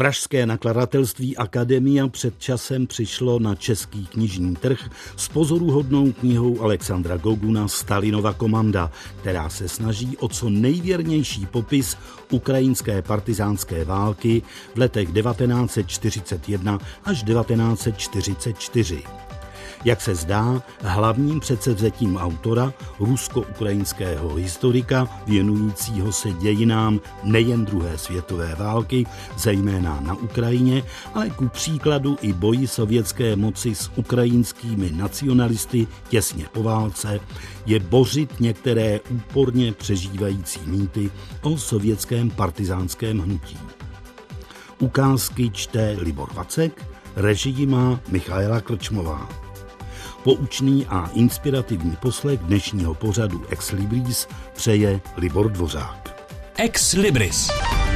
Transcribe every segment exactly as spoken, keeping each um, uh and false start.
Pražské nakladatelství Akademia před časem přišlo na český knižní trh s pozoruhodnou knihou Alexandra Goguna Stalinova komanda, která se snaží o co nejvěrnější popis ukrajinské partyzánské války v letech devatenáct set čtyřicet jedna až devatenáct set čtyřicet čtyři. Jak se zdá, hlavním předsevzetím autora, rusko-ukrajinského historika věnujícího se dějinám nejen druhé světové války, zejména na Ukrajině, ale ku příkladu i boji sovětské moci s ukrajinskými nacionalisty těsně po válce, je bořit některé úporně přežívající mýty o sovětském partyzánském hnutí. Ukázky čte Libor Vacek, režii má Michaela Krčmová. Poučný a inspirativní poslech dnešního pořadu Ex Libris přeje Libor Dvořák. Ex Libris.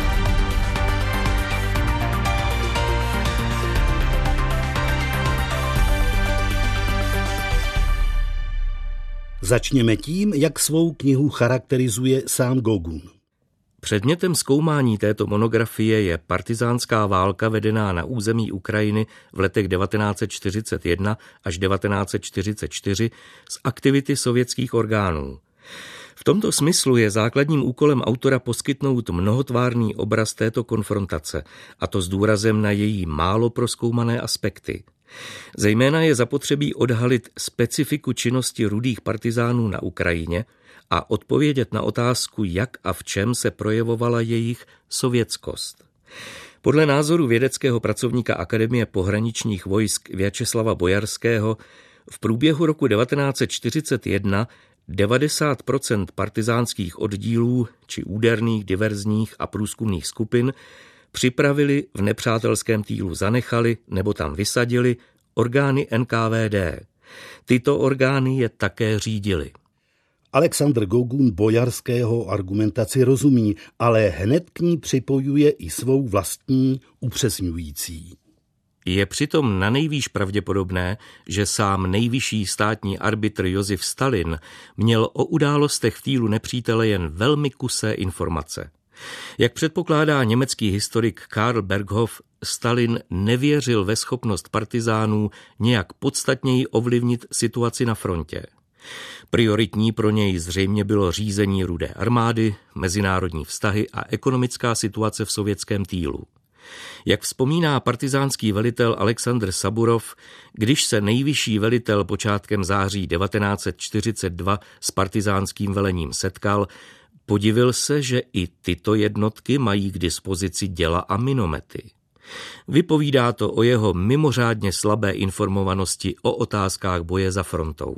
Začněme tím, jak svou knihu charakterizuje sám Gogun. Předmětem zkoumání této monografie je partyzánská válka vedená na území Ukrajiny v letech devatenáct set čtyřicet jedna až devatenáct set čtyřicet čtyři z aktivity sovětských orgánů. V tomto smyslu je základním úkolem autora poskytnout mnohotvárný obraz této konfrontace, a to s důrazem na její málo prozkoumané aspekty. Zejména je zapotřebí odhalit specifiku činnosti rudých partyzánů na Ukrajině a odpovědět na otázku, jak a v čem se projevovala jejich sovětskost. Podle názoru vědeckého pracovníka Akademie pohraničních vojsk Vjačeslava Bojarského v průběhu roku devatenáct set čtyřicet jedna devadesát procent partyzánských oddílů či úderných, diverzních a průzkumných skupin připravili, v nepřátelském týlu zanechali nebo tam vysadili orgány N K V D. Tyto orgány je také řídily. Alexandr Gogun Bojarského argumentaci rozumí, ale hned k ní připojuje i svou vlastní upřesňující. Je přitom nanejvýš pravděpodobné, že sám nejvyšší státní arbitr Josif Stalin měl o událostech v týlu nepřítele jen velmi kusé informace. Jak předpokládá německý historik Karl Berghoff, Stalin nevěřil ve schopnost partyzánů nějak podstatněji ovlivnit situaci na frontě. Prioritní pro něj zřejmě bylo řízení Rudé armády, mezinárodní vztahy a ekonomická situace v sovětském týlu. Jak vzpomíná partyzánský velitel Alexandr Saburov, když se nejvyšší velitel počátkem září devatenáct set čtyřicet dva s partyzánským velením setkal, podivil se, že i tyto jednotky mají k dispozici děla a minomety. Vypovídá to o jeho mimořádně slabé informovanosti o otázkách boje za frontou.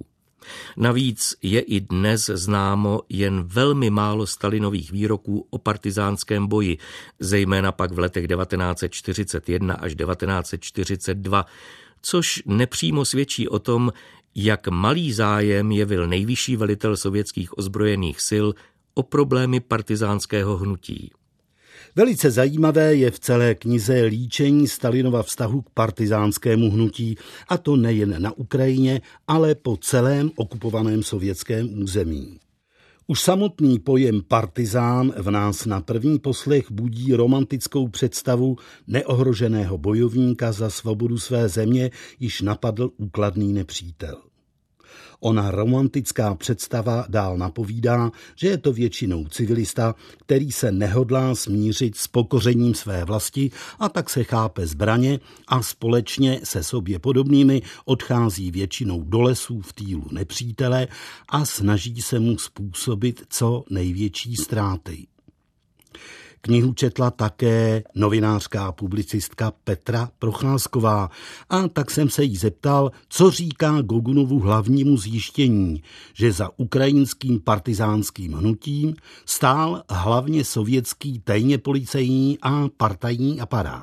Navíc je i dnes známo jen velmi málo Stalinových výroků o partyzánském boji, zejména pak v letech devatenáct set čtyřicet jedna až devatenáct set čtyřicet dva, což nepřímo svědčí o tom, jak malý zájem jevil nejvyšší velitel sovětských ozbrojených sil o problémy partyzánského hnutí. Velice zajímavé je v celé knize líčení Stalinova vztahu k partyzánskému hnutí, a to nejen na Ukrajině, ale po celém okupovaném sovětském území. Už samotný pojem partyzán v nás na první poslech budí romantickou představu neohroženého bojovníka za svobodu své země, již napadl úkladný nepřítel. Ona romantická představa dál napovídá, že je to většinou civilista, který se nehodlá smířit s pokořením své vlasti a tak se chápe zbraně a společně se sobě podobnými odchází většinou do lesů v týlu nepřítele a snaží se mu způsobit co největší ztráty. Knihu četla také novinářská publicistka Petra Procházková a tak jsem se jí zeptal, co říká Gogunovu hlavnímu zjištění, že za ukrajinským partyzánským hnutím stál hlavně sovětský tajně policejní a partajní aparát.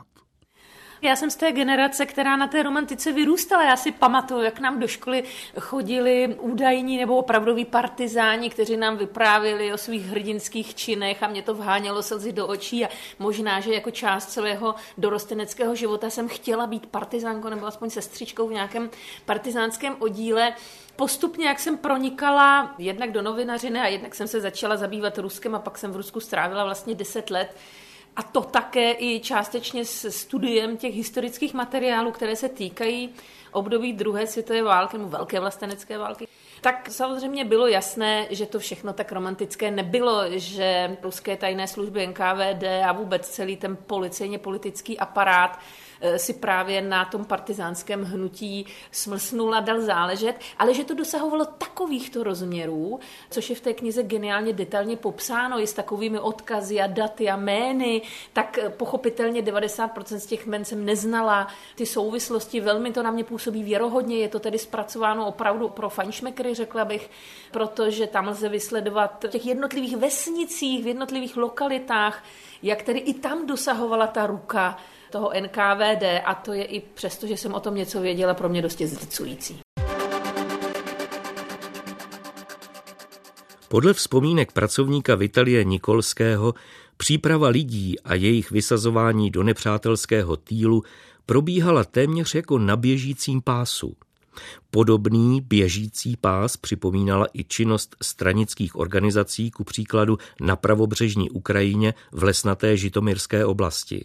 Já jsem z té generace, která na té romantice vyrůstala. Já si pamatuju, jak nám do školy chodili údajní nebo opravdoví partyzáni, kteří nám vyprávěli o svých hrdinských činech a mě to vhánělo slzy do očí a možná, že jako část celého dorosteneckého života jsem chtěla být partyzánkou nebo aspoň sestřičkou v nějakém partyzánském oddíle. Postupně, jak jsem pronikala jednak do novinařiny a jednak jsem se začala zabývat Ruskem a pak jsem v Rusku strávila vlastně deset let, A to také i částečně s studiem těch historických materiálů, které se týkají období druhé světové války, nebo velké vlastenecké války, tak samozřejmě bylo jasné, že to všechno tak romantické nebylo, že ruské tajné služby N K V D a vůbec celý ten policejně politický aparát si právě na tom partizánském hnutí smlsnul a dal záležet, ale že to dosahovalo takovýchto rozměrů, což je v té knize geniálně detailně popsáno, i s takovými odkazy a daty a jmény, tak pochopitelně devadesát procent z těch jmen jsem neznala. Ty souvislosti, velmi to na mě působí věrohodně, je to tedy zpracováno opravdu pro fajnšmekry, řekla bych, protože tam lze vysledovat v těch jednotlivých vesnicích, v jednotlivých lokalitách, jak tedy i tam dosahovala ta ruka toho N K V D, a to je i přesto, že jsem o tom něco věděla, pro mě dosti zdrcující. Podle vzpomínek pracovníka Vitalie Nikolského příprava lidí a jejich vysazování do nepřátelského týlu probíhala téměř jako na běžícím pásu. Podobný běžící pás připomínala i činnost stranických organizací, ku příkladu na pravobřežní Ukrajině v lesnaté Žitomyrské oblasti.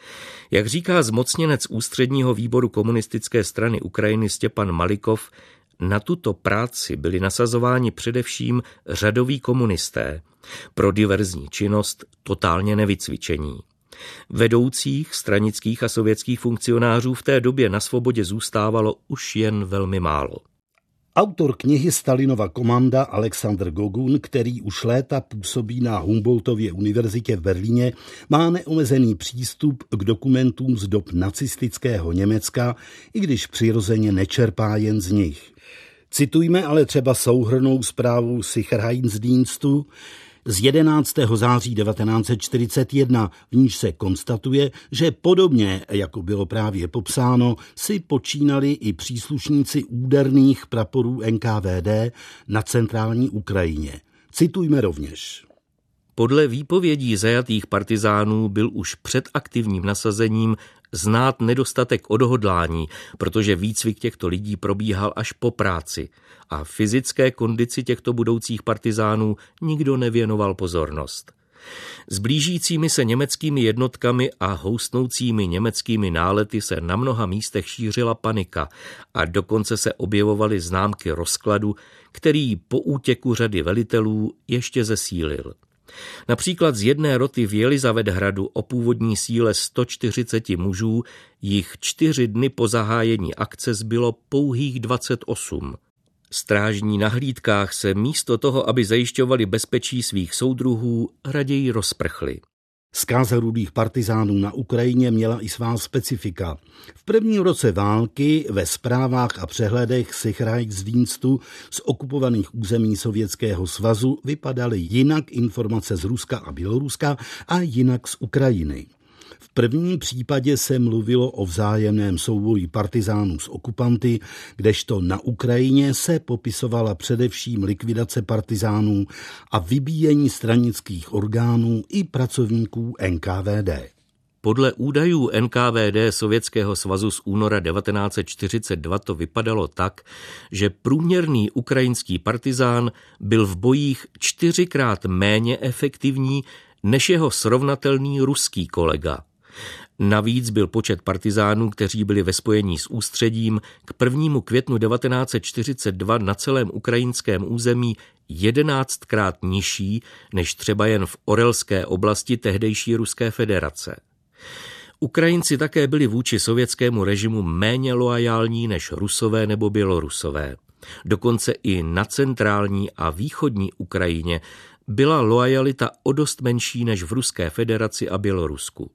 Jak říká zmocněnec ústředního výboru komunistické strany Ukrajiny Stěpan Malikov, na tuto práci byli nasazováni především řadoví komunisté, pro diverzní činnost totálně nevycvičení. Vedoucích stranických a sovětských funkcionářů v té době na svobodě zůstávalo už jen velmi málo. Autor knihy Stalinova komanda Alexandr Gogun, který už léta působí na Humboldtově univerzitě v Berlíně, má neomezený přístup k dokumentům z dob nacistického Německa, i když přirozeně nečerpá jen z nich. Citujme ale třeba souhrnnou zprávu Sicherheitsdienstu z jedenáctého září devatenáct set čtyřicet jedna, v níž se konstatuje, že podobně, jako bylo právě popsáno, si počínali i příslušníci úderných praporů N K V D na centrální Ukrajině. Citujme rovněž. Podle výpovědí zajatých partizánů byl už před aktivním nasazením znát nedostatek odhodlání, protože výcvik těchto lidí probíhal až po práci a fyzické kondici těchto budoucích partizánů nikdo nevěnoval pozornost. S blížícími se německými jednotkami a houstnoucími německými nálety se na mnoha místech šířila panika a dokonce se objevovaly známky rozkladu, který po útěku řady velitelů ještě zesílil. Například z jedné roty v Jelizavethradu o původní síle sto čtyřicet mužů jich čtyři dny po zahájení akce zbylo pouhých dvacet osm. Strážní na hlídkách se místo toho, aby zajišťovali bezpečí svých soudruhů, raději rozprchli. Zkáza rudých partizánů na Ukrajině měla i svá specifika. V prvním roce války ve zprávách a přehledech Sicherheitsdienstu z okupovaných území Sovětského svazu vypadaly jinak informace z Ruska a Běloruska a jinak z Ukrajiny. V prvním případě se mluvilo o vzájemném souboji partizánů s okupanty, kdežto na Ukrajině se popisovala především likvidace partizánů a vybíjení stranických orgánů i pracovníků N K V D. Podle údajů N K V D Sovětského svazu z února devatenáct set čtyřicet dva to vypadalo tak, že průměrný ukrajinský partizán byl v bojích čtyřikrát méně efektivní než jeho srovnatelný ruský kolega. Navíc byl počet partizánů, kteří byli ve spojení s ústředím, k prvnímu květnu devatenáct set čtyřicet dva na celém ukrajinském území jedenáctkrát nižší než třeba jen v Orelské oblasti tehdejší Ruské federace. Ukrajinci také byli vůči sovětskému režimu méně loajální než Rusové nebo Bělorusové. Dokonce i na centrální a východní Ukrajině byla loajalita o dost menší než v Ruské federaci a Bělorusku.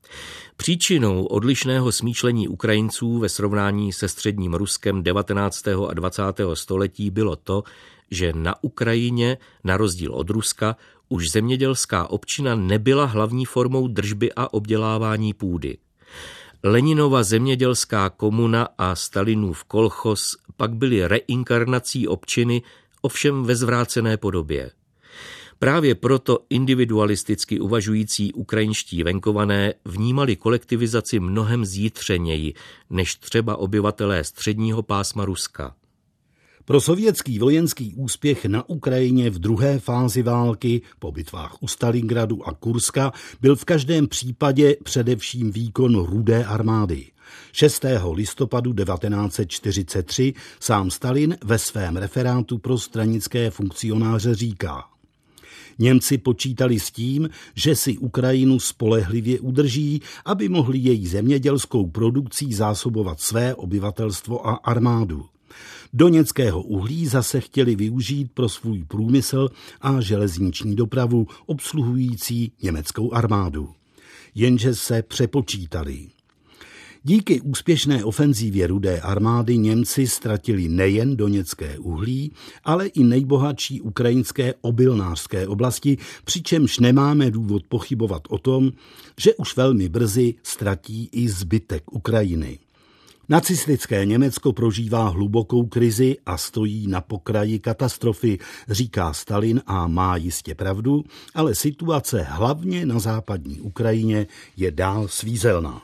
Příčinou odlišného smýšlení Ukrajinců ve srovnání se středním Ruskem devatenáctého a dvacátého století bylo to, že na Ukrajině, na rozdíl od Ruska, už zemědělská občina nebyla hlavní formou držby a obdělávání půdy. Leninova zemědělská komuna a Stalinův kolchos pak byly reinkarnací občiny, ovšem ve zvrácené podobě. Právě proto individualisticky uvažující ukrajinští venkované vnímali kolektivizaci mnohem zjitřeněji než třeba obyvatelé středního pásma Ruska. Pro sovětský vojenský úspěch na Ukrajině v druhé fázi války po bitvách u Stalingradu a Kurska byl v každém případě především výkon Rudé armády. šestého listopadu devatenáct set čtyřicet tři sám Stalin ve svém referátu pro stranické funkcionáře říká: Němci počítali s tím, že si Ukrajinu spolehlivě udrží, aby mohli její zemědělskou produkcí zásobovat své obyvatelstvo a armádu. Doněckého uhlí zase chtěli využít pro svůj průmysl a železniční dopravu obsluhující německou armádu. Jenže se přepočítali. Díky úspěšné ofenzívě Rudé armády Němci ztratili nejen doněcké uhlí, ale i nejbohatší ukrajinské obilnářské oblasti, přičemž nemáme důvod pochybovat o tom, že už velmi brzy ztratí i zbytek Ukrajiny. Nacistické Německo prožívá hlubokou krizi a stojí na pokraji katastrofy, říká Stalin a má jistě pravdu, ale situace hlavně na západní Ukrajině je dál svízelná.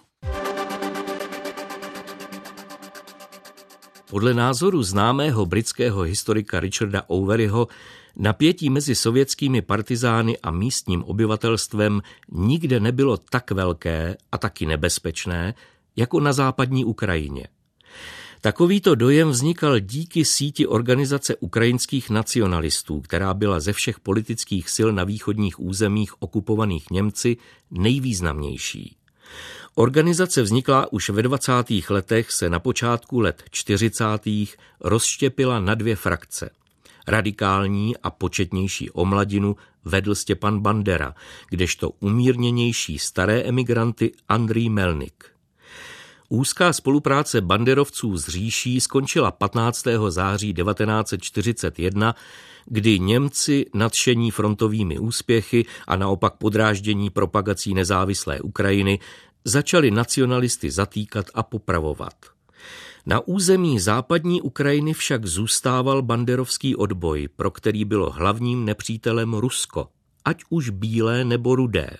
Podle názoru známého britského historika Richarda Overyho napětí mezi sovětskými partizány a místním obyvatelstvem nikde nebylo tak velké a taky nebezpečné, jako na západní Ukrajině. Takovýto dojem vznikal díky síti organizace ukrajinských nacionalistů, která byla ze všech politických sil na východních územích okupovaných Němci nejvýznamnější. Organizace vzniklá už ve dvacátých letech se na počátku let čtyřicátých rozštěpila na dvě frakce. Radikální a početnější omladinu vedl Stepan Bandera, kdežto umírněnější staré emigranty Andrij Melnik. Úzká spolupráce banderovců s říší skončila patnáctého září devatenáct set čtyřicet jedna, kdy Němci nadšení frontovými úspěchy a naopak podráždění propagací nezávislé Ukrajiny začali nacionalisty zatýkat a popravovat. Na území západní Ukrajiny však zůstával banderovský odboj, pro který bylo hlavním nepřítelem Rusko, ať už bílé nebo rudé.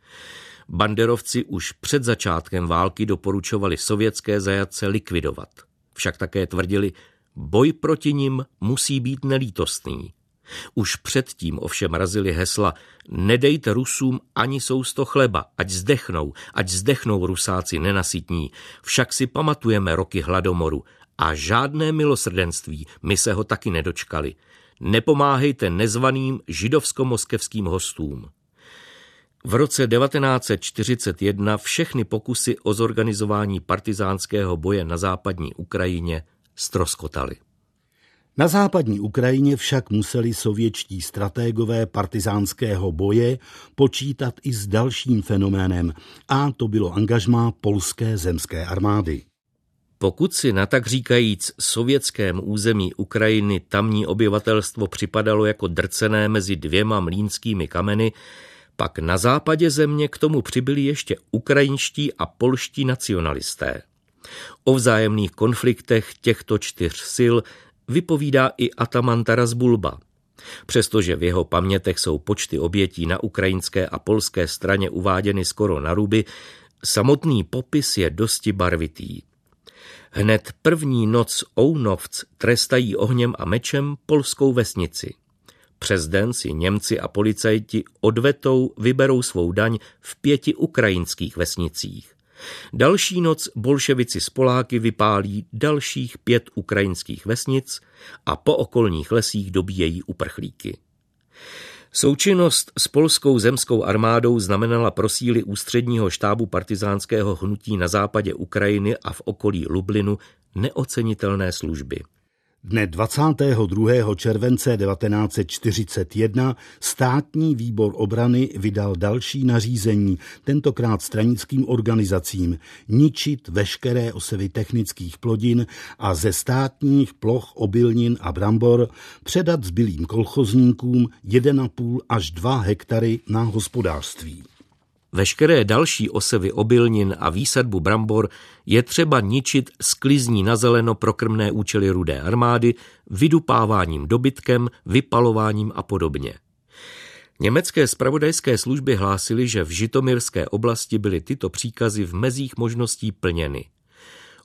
Banderovci už před začátkem války doporučovali sovětské zajatce likvidovat. Však také tvrdili, boj proti nim musí být nelítostný. Už předtím ovšem razili hesla nedejte Rusům ani sousto chleba, ať zdechnou, ať zdechnou Rusáci nenasytní, však si pamatujeme roky hladomoru a žádné milosrdenství, my se ho taky nedočkali. Nepomáhejte nezvaným židovsko-moskevským hostům. V roce devatenáct set čtyřicet jedna všechny pokusy o zorganizování partizánského boje na západní Ukrajině ztroskotaly. Na západní Ukrajině však museli sovětští stratégové partizánského boje počítat i s dalším fenoménem, a to bylo angažmá polské zemské armády. Pokud si na tak říkajíc sovětském území Ukrajiny tamní obyvatelstvo připadalo jako drcené mezi dvěma mlýnskými kameny, pak na západě země k tomu přibyli ještě ukrajinští a polští nacionalisté. O vzájemných konfliktech těchto čtyř sil vypovídá i ataman Taras Bulba. Přestože v jeho pamětech jsou počty obětí na ukrajinské a polské straně uváděny skoro na ruby, samotný popis je dosti barvitý. Hned první noc Ounovc trestají ohněm a mečem polskou vesnici. Přes den si Němci a policajti odvetou vyberou svou daň v pěti ukrajinských vesnicích. Další noc bolševici z Poláky vypálí dalších pět ukrajinských vesnic a po okolních lesích dobíjejí uprchlíky. Součinnost s polskou zemskou armádou znamenala pro síly ústředního štábu partizánského hnutí na západě Ukrajiny a v okolí Lublinu neocenitelné služby. Dne dvacátého druhého července devatenáct set čtyřicet jedna státní výbor obrany vydal další nařízení, tentokrát stranickým organizacím, ničit veškeré osevy technických plodin a ze státních ploch obilnin a brambor předat zbylým kolchozníkům jeden a půl až dva hektary na hospodářství. Veškeré další osevy obilnin a výsadbu brambor je třeba ničit sklizní na zeleno pro krmné účely Rudé armády, vydupáváním dobytkem, vypalováním a podobně. Německé zpravodajské služby hlásily, že v Žitomirské oblasti byly tyto příkazy v mezích možností plněny.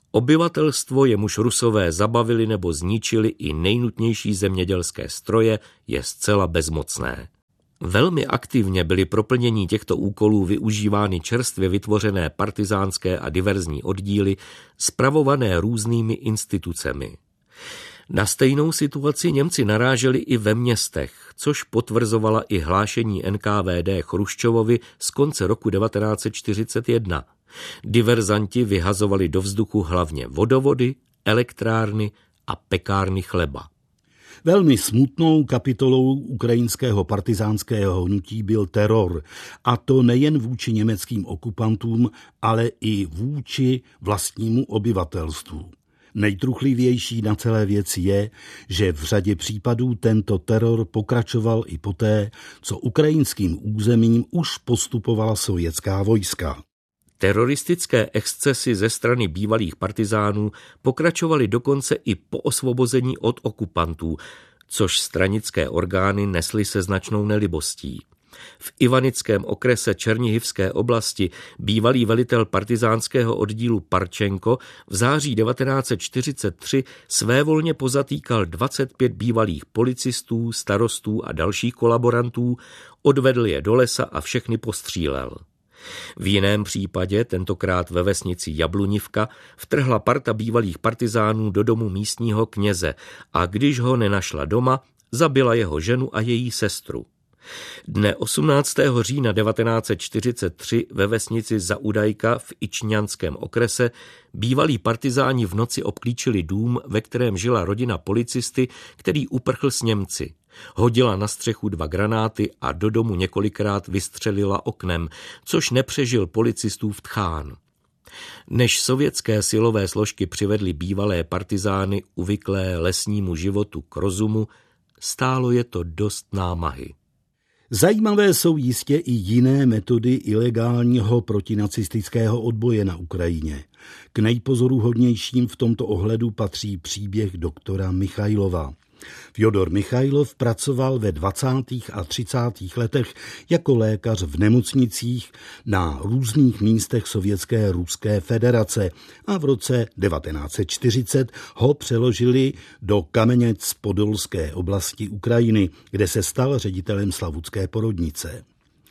Obyvatelstvo, jemuž Rusové zabavili nebo zničili i nejnutnější zemědělské stroje, je zcela bezmocné. Velmi aktivně byly pro plnění těchto úkolů využívány čerstvě vytvořené partizánské a diverzní oddíly, spravované různými institucemi. Na stejnou situaci Němci naráželi i ve městech, což potvrzovala i hlášení N K V D Chruščovovi z konce roku devatenáct set čtyřicet jedna. Diverzanti vyhazovali do vzduchu hlavně vodovody, elektrárny a pekárny chleba. Velmi smutnou kapitolou ukrajinského partizánského hnutí byl teror, a to nejen vůči německým okupantům, ale i vůči vlastnímu obyvatelstvu. Nejtruchlivější na celé věci je, že v řadě případů tento teror pokračoval i poté, co ukrajinským územím už postupovala sovětská vojska. Teroristické excesy ze strany bývalých partizánů pokračovaly dokonce i po osvobození od okupantů, což stranické orgány nesly se značnou nelibostí. V Ivanickém okrese Černihivské oblasti bývalý velitel partizánského oddílu Parčenko v září devatenáct set čtyřicet tři svévolně pozatýkal dvacet pět bývalých policistů, starostů a dalších kolaborantů, odvedl je do lesa a všechny postřílel. V jiném případě, tentokrát ve vesnici Jablunivka, vtrhla parta bývalých partizánů do domu místního kněze a když ho nenašla doma, zabila jeho ženu a její sestru. Dne osmnáctého října devatenáct set čtyřicet tři ve vesnici Zaudajka v Ičňanském okrese bývalí partizáni v noci obklíčili dům, ve kterém žila rodina policisty, který uprchl s Němci. Hodila na střechu dva granáty a do domu několikrát vystřelila oknem, což nepřežil policistův tchán. Než sovětské silové složky přivedly bývalé partizány uvyklé lesnímu životu k rozumu, stálo je to dost námahy. Zajímavé jsou jistě i jiné metody ilegálního protinacistického odboje na Ukrajině. K nejpozoruhodnějším v tomto ohledu patří příběh doktora Michailova. Fjodor Michailov pracoval ve dvacátých a třicátých letech jako lékař v nemocnicích na různých místech Sovětské Ruské federace a v roce devatenáct set čtyřicet ho přeložili do Kamenec Podolské oblasti Ukrajiny, kde se stal ředitelem Slavucké porodnice.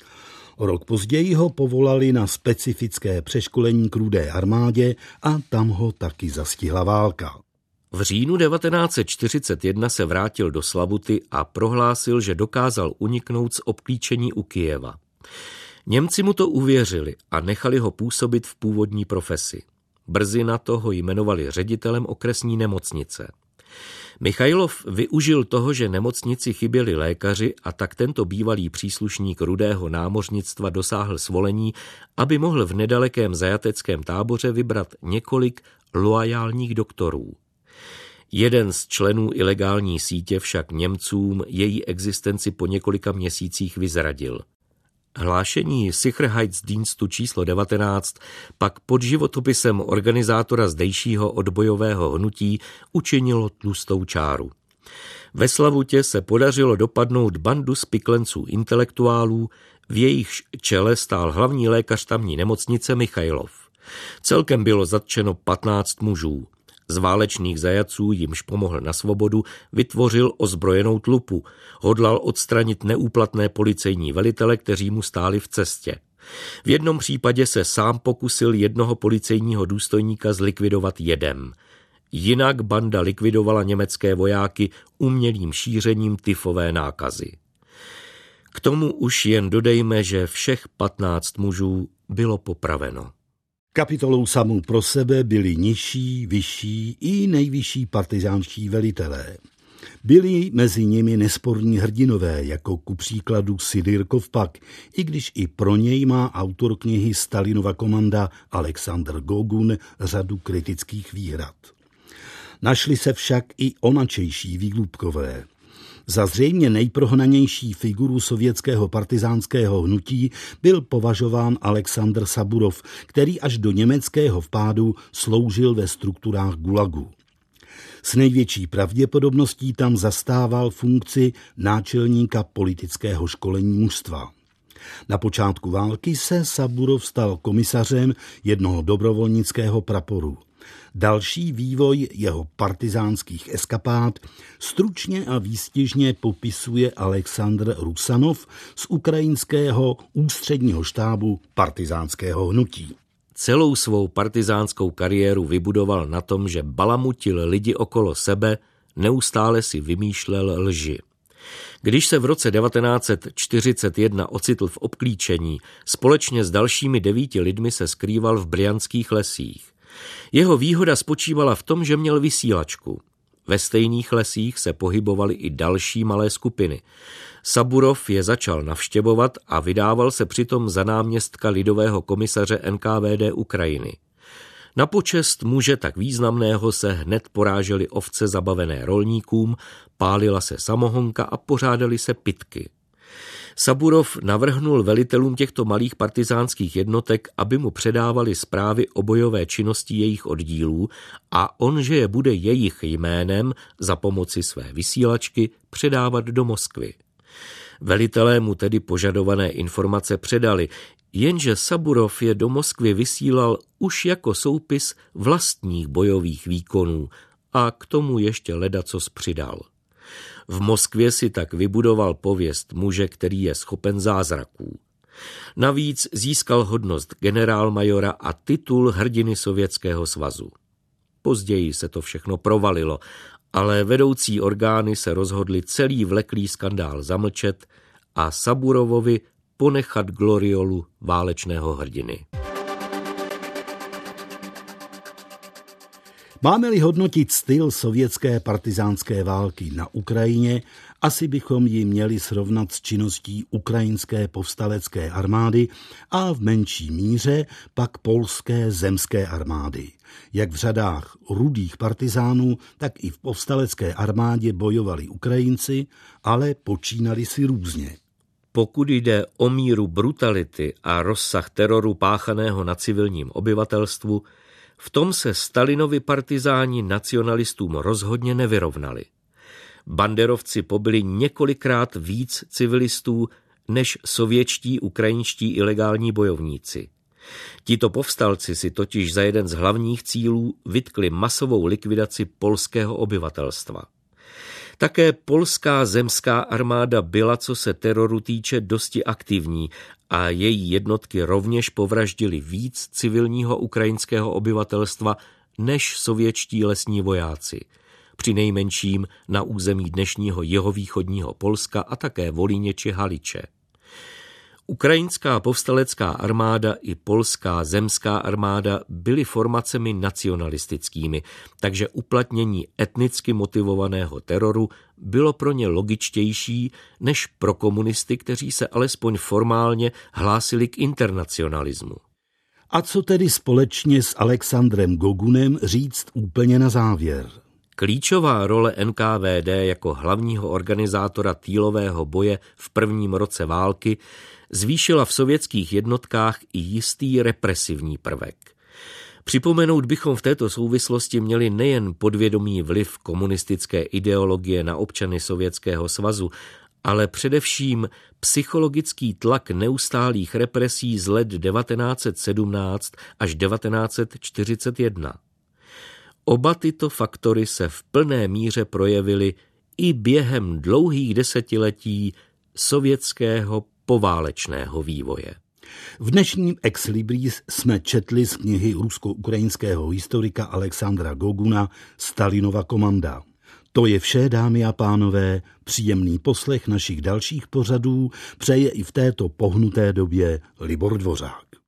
O rok později ho povolali na specifické přeškolení k Rudé armádě a tam ho taky zastihla válka. V říjnu devatenáct set čtyřicet jedna se vrátil do Slavuty a prohlásil, že dokázal uniknout z obklíčení u Kyjeva. Němci mu to uvěřili a nechali ho působit v původní profesi. Brzy na to ho jmenovali ředitelem okresní nemocnice. Michailov využil toho, že nemocnici chyběli lékaři, a tak tento bývalý příslušník Rudého námořnictva dosáhl svolení, aby mohl v nedalekém zajateckém táboře vybrat několik loajálních doktorů. Jeden z členů ilegální sítě však Němcům její existenci po několika měsících vyzradil. Hlášení Sicherheitsdienstu číslo devatenáct pak pod životopisem organizátora zdejšího odbojového hnutí učinilo tlustou čáru. Ve Slavutě se podařilo dopadnout bandu spiklenců intelektuálů, v jejichž čele stál hlavní lékař tamní nemocnice Michailov. Celkem bylo zatčeno patnáct mužů. Z válečných zajatců, jimž pomohl na svobodu, vytvořil ozbrojenou tlupu. Hodlal odstranit neúplatné policejní velitele, kteří mu stáli v cestě. V jednom případě se sám pokusil jednoho policejního důstojníka zlikvidovat jedem. Jinak banda likvidovala německé vojáky umělým šířením tyfové nákazy. K tomu už jen dodejme, že všech patnáct mužů bylo popraveno. Kapitolou samou pro sebe byli nižší, vyšší i nejvyšší partizánští velitelé. Byli mezi nimi nesporní hrdinové, jako ku příkladu Sidyr Kovpak, i když i pro něj má autor knihy Stalinova komanda Alexandr Gogun řadu kritických výhrad. Našli se však i onačejší výhlubkové. Za zřejmě nejprohnanější figuru sovětského partizánského hnutí byl považován Alexandr Saburov, který až do německého vpádu sloužil ve strukturách Gulagu. S největší pravděpodobností tam zastával funkci náčelníka politického školení mužstva. Na počátku války se Saburov stal komisařem jednoho dobrovolnického praporu. Další vývoj jeho partizánských eskapád stručně a výstižně popisuje Aleksandr Rusanov z ukrajinského ústředního štábu partizánského hnutí. Celou svou partizánskou kariéru vybudoval na tom, že balamutil lidi okolo sebe, neustále si vymýšlel lži. Když se v roce devatenáct set čtyřicet jedna ocitl v obklíčení, společně s dalšími devíti lidmi se skrýval v brjanských lesích. Jeho výhoda spočívala v tom, že měl vysílačku. Ve stejných lesích se pohybovaly i další malé skupiny. Saburov je začal navštěvovat a vydával se přitom za náměstka lidového komisaře N K V D Ukrajiny. Na počest muže tak významného se hned porážely ovce zabavené rolníkům, pálila se samohonka a pořádaly se pitky. Saburov navrhnul velitelům těchto malých partizánských jednotek, aby mu předávali zprávy o bojové činnosti jejich oddílů a on, že je bude jejich jménem za pomoci své vysílačky předávat do Moskvy. Velitelé mu tedy požadované informace předali, jenže Saburov je do Moskvy vysílal už jako soupis vlastních bojových výkonů a k tomu ještě ledacos přidal. V Moskvě si tak vybudoval pověst muže, který je schopen zázraků. Navíc získal hodnost generálmajora a titul hrdiny Sovětského svazu. Později se to všechno provalilo, ale vedoucí orgány se rozhodly celý vleklý skandál zamlčet a Saburovovi ponechat gloriolu válečného hrdiny. Máme-li hodnotit styl sovětské partizánské války na Ukrajině, asi bychom ji měli srovnat s činností ukrajinské povstalecké armády a v menší míře pak polské zemské armády. Jak v řadách rudých partizánů, tak i v povstalecké armádě bojovali Ukrajinci, ale počínali si různě. Pokud jde o míru brutality a rozsah teroru páchaného na civilním obyvatelstvu, v tom se Stalinovi partizáni nacionalistům rozhodně nevyrovnali. Banderovci pobili několikrát víc civilistů než sovětští ukrajinští ilegální bojovníci. Tito povstalci si totiž za jeden z hlavních cílů vytkli masovou likvidaci polského obyvatelstva. Také polská zemská armáda byla, co se teroru týče, dosti aktivní a její jednotky rovněž povraždili víc civilního ukrajinského obyvatelstva než sovětští lesní vojáci. Přinejmenším na území dnešního jihovýchodního Polska a také Volíně či Haliče. Ukrajinská povstalecká armáda i polská zemská armáda byly formacemi nacionalistickými, takže uplatnění etnicky motivovaného teroru bylo pro ně logičtější než pro komunisty, kteří se alespoň formálně hlásili k internacionalismu. A co tedy společně s Alexandrem Gogunem říct úplně na závěr? Klíčová role N K V D jako hlavního organizátora týlového boje v prvním roce války zvýšila v sovětských jednotkách i jistý represivní prvek. Připomenout bychom v této souvislosti měli nejen podvědomý vliv komunistické ideologie na občany Sovětského svazu, ale především psychologický tlak neustálých represí z let devatenáct set sedmnáct až devatenáct set čtyřicet jedna. Oba tyto faktory se v plné míře projevily i během dlouhých desetiletí sovětského poválečného vývoje. V dnešním Ex Libris jsme četli z knihy rusko-ukrajinského historika Alexandra Goguna Stalinova komanda. To je vše, dámy a pánové, příjemný poslech našich dalších pořadů přeje i v této pohnuté době Libor Dvořák.